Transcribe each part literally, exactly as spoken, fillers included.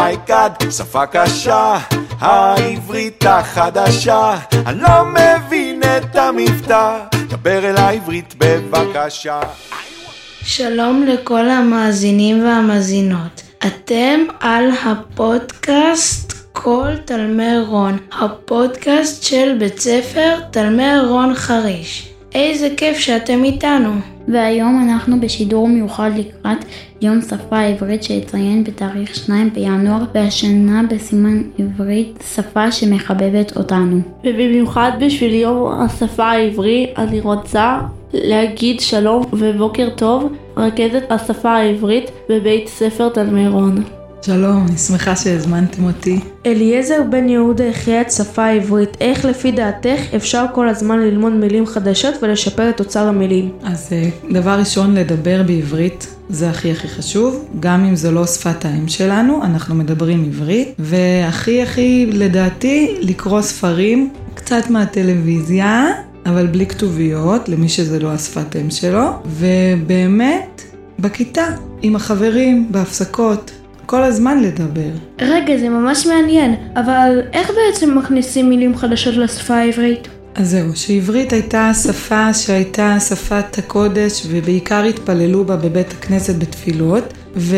אומייגאד, שפה קשה, העברית החדשה, אני לא מבין את המבטא, דבר אל העברית בבקשה. שלום לכל המאזינים והמאזינות, אתם על הפודקאסט כל תלמי רון, הפודקאסט של בית ספר תלמי רון חריש. איזה כיף שאתם איתנו. והיום אנחנו בשידור מיוחד לקראת יום שפה עברית שיציין בתאריך שניים בינואר, והשנה בסימן עברית שפה שמחבבת אותנו. ובמיוחד בשביל יום השפה העברי אני רוצה להגיד שלום ובוקר טוב, רכזת השפה העברית בבית ספר תלמי רון. שלום, אני שמחה שהזמנתם אותי. אליעזר בן יהודה החיה את שפה העברית. איך לפי דעתך אפשר כל הזמן ללמוד מילים חדשות ולשפר את אוצר המילים? אז דבר ראשון, לדבר בעברית זה הכי הכי חשוב. גם אם זו לא שפת האם שלנו, אנחנו מדברים עברית. והכי הכי לדעתי לקרוא ספרים, קצת מהטלוויזיה, אבל בלי כתוביות, למי שזה לא השפת האם שלו. ובאמת, בכיתה, עם החברים, בהפסקות. כל הזמן לדבר. רגע, זה ממש מעניין, אבל איך בעצם מכניסים מילים חדשות לשפה העברית? אז זהו, שעברית הייתה שפה שהייתה שפת הקודש, ובעיקר התפללו בה בבית הכנסת בתפילות,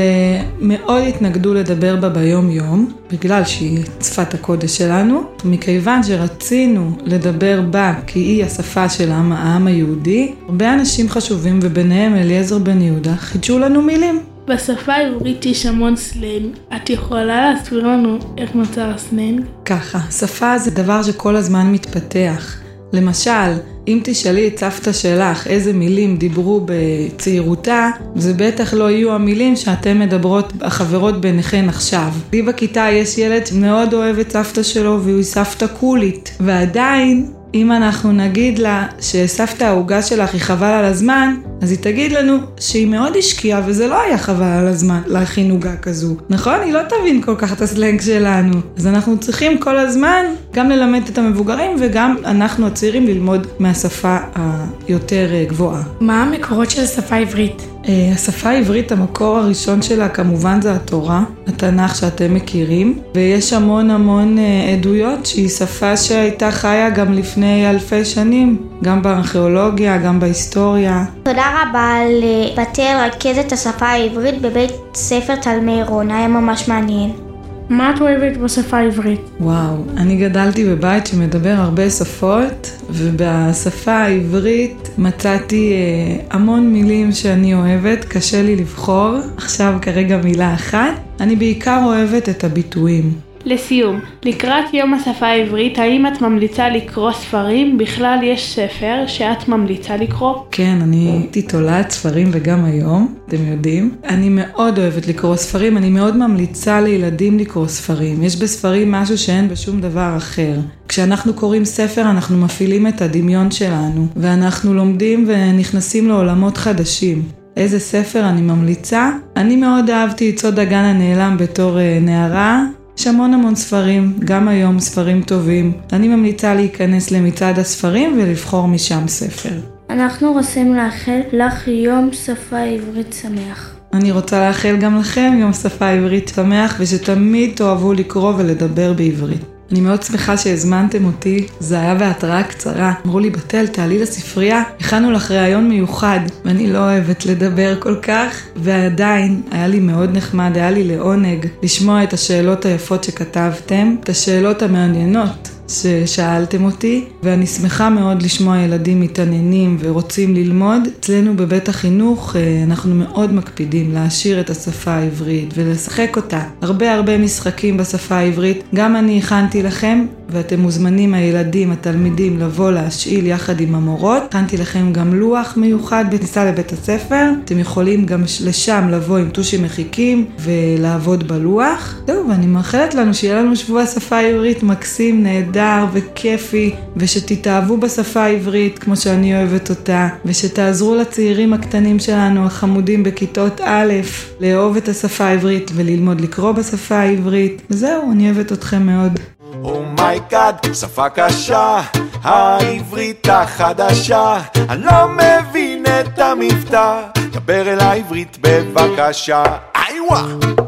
ומאוד התנגדו לדבר בה ביום יום, בגלל שהיא שפת הקודש שלנו, מכיוון שרצינו לדבר בה כי היא השפה של העם, העם היהודי, הרבה אנשים חשובים וביניהם אליעזר בן יהודה חידשו לנו מילים. בשפה העברית יש המון סלנג. את יכולה להסביר לנו איך נוצר הסלנג? ככה, שפה זה דבר שכל הזמן מתפתח. למשל, אם תשאלי את סבתא שלך איזה מילים דיברו בצעירותה, זה בטח לא יהיו המילים שאתם מדברות, החברות ביניכן עכשיו. לי בכיתה יש ילד שמאוד אוהב את סבתא שלו והוא סבתא קולית. ועדיין, אם אנחנו נגיד לה שסבתא ההוגה שלך היא חבל על הזמן, אז היא תגיד לנו שהיא מאוד השקיעה וזה לא היה חבל על הזמן להכין עוגה כזו. נכון? היא לא תבין כל כך את הסלנג שלנו. אז אנחנו צריכים כל הזמן גם ללמד את המבוגרים וגם אנחנו הצעירים ללמוד מהשפה היותר גבוהה. מה המקורות של השפה העברית? השפה העברית, המקור הראשון שלה כמובן זה התורה, התנ"ך שאתם מכירים, ויש המון המון עדויות שהיא שפה שהייתה חיה גם לפני אלפי שנים, גם בארכיאולוגיה, גם בהיסטוריה. תודה רבה על בתל רכזת השפה העברית בבית ספר תלמי רון, היה ממש מעניין. מה את אוהבת בשפה העברית? וואו, אני גדלתי בבית שמדבר הרבה שפות, ובשפה העברית מצאתי אה, המון מילים שאני אוהבת, קשה לי לבחור. עכשיו כרגע מילה אחת. אני בעיקר אוהבת את הביטויים. לסיום, לקראת יום השפה העברית, האם את ממליצה לקרוא ספרים? בכלל יש ספר שאת ממליצה לקרוא? כן, אני הייתי תולעת ספרים וגם היום, אתם יודעים. אני מאוד אוהבת לקרוא ספרים, אני מאוד ממליצה לילדים לקרוא ספרים. יש בספרים משהו שאין בשום דבר אחר. כשאנחנו קוראים ספר אנחנו מפעילים את הדמיון שלנו, ואנחנו לומדים ונכנסים לעולמות חדשים. איזה ספר אני ממליצה? אני מאוד אהבתי את סוד הגן הנעלם בתור נערה. יש המון המון ספרים, גם היום ספרים טובים. אני ממליצה להיכנס למצעד הספרים ולבחור משם ספר. אנחנו רוצים לאחל לך יום שפה עברית שמח. אני רוצה לאחל גם לכם יום שפה עברית שמח, ושתמיד תאהבו לקרוא ולדבר בעברית. אני מאוד שמחה שהזמנתם אותי, זה היה בהתראה קצרה. אמרו לי, בתל, תעלי לספרייה, הכנו לך ראיון מיוחד, ואני לא אוהבת לדבר כל כך, ועדיין היה לי מאוד נחמד, היה לי לעונג לשמוע את השאלות היפות שכתבתם, את השאלות המעניינות ששאלתם אותי, ואני שמחה מאוד לשמוע ילדים מתעניינים ורוצים ללמוד. אצלנו בבית החינוך אנחנו מאוד מקפידים להשאיר את השפה העברית ולשחק אותה. הרבה הרבה משחקים בשפה העברית, גם אני הכנתי לכם, ואתם מוזמנים הילדים, התלמידים, לבוא להשאיל יחד עם המורות. הכנתי לכם גם לוח מיוחד בכניסה לבית הספר, אתם יכולים גם לשם לבוא עם טושים מחיקים ולעבוד בלוח. זהו, ואני מאחלת לנו שיהיה לנו שבוע שפה עברית מקסים, נהדר וכיפי, ושתתאהבו בשפה העברית כמו שאני אוהבת אותה, ושתעזרו לצעירים הקטנים שלנו, החמודים בכיתות א', לאהוב את השפה העברית וללמוד לקרוא בשפה העברית. וזהו, אני אוהבת אתכם מאוד. אומייגאד, שפה קשה, העברית החדשה, אני לא מבין את המבטא, דבר אל העברית בבקשה. איווה!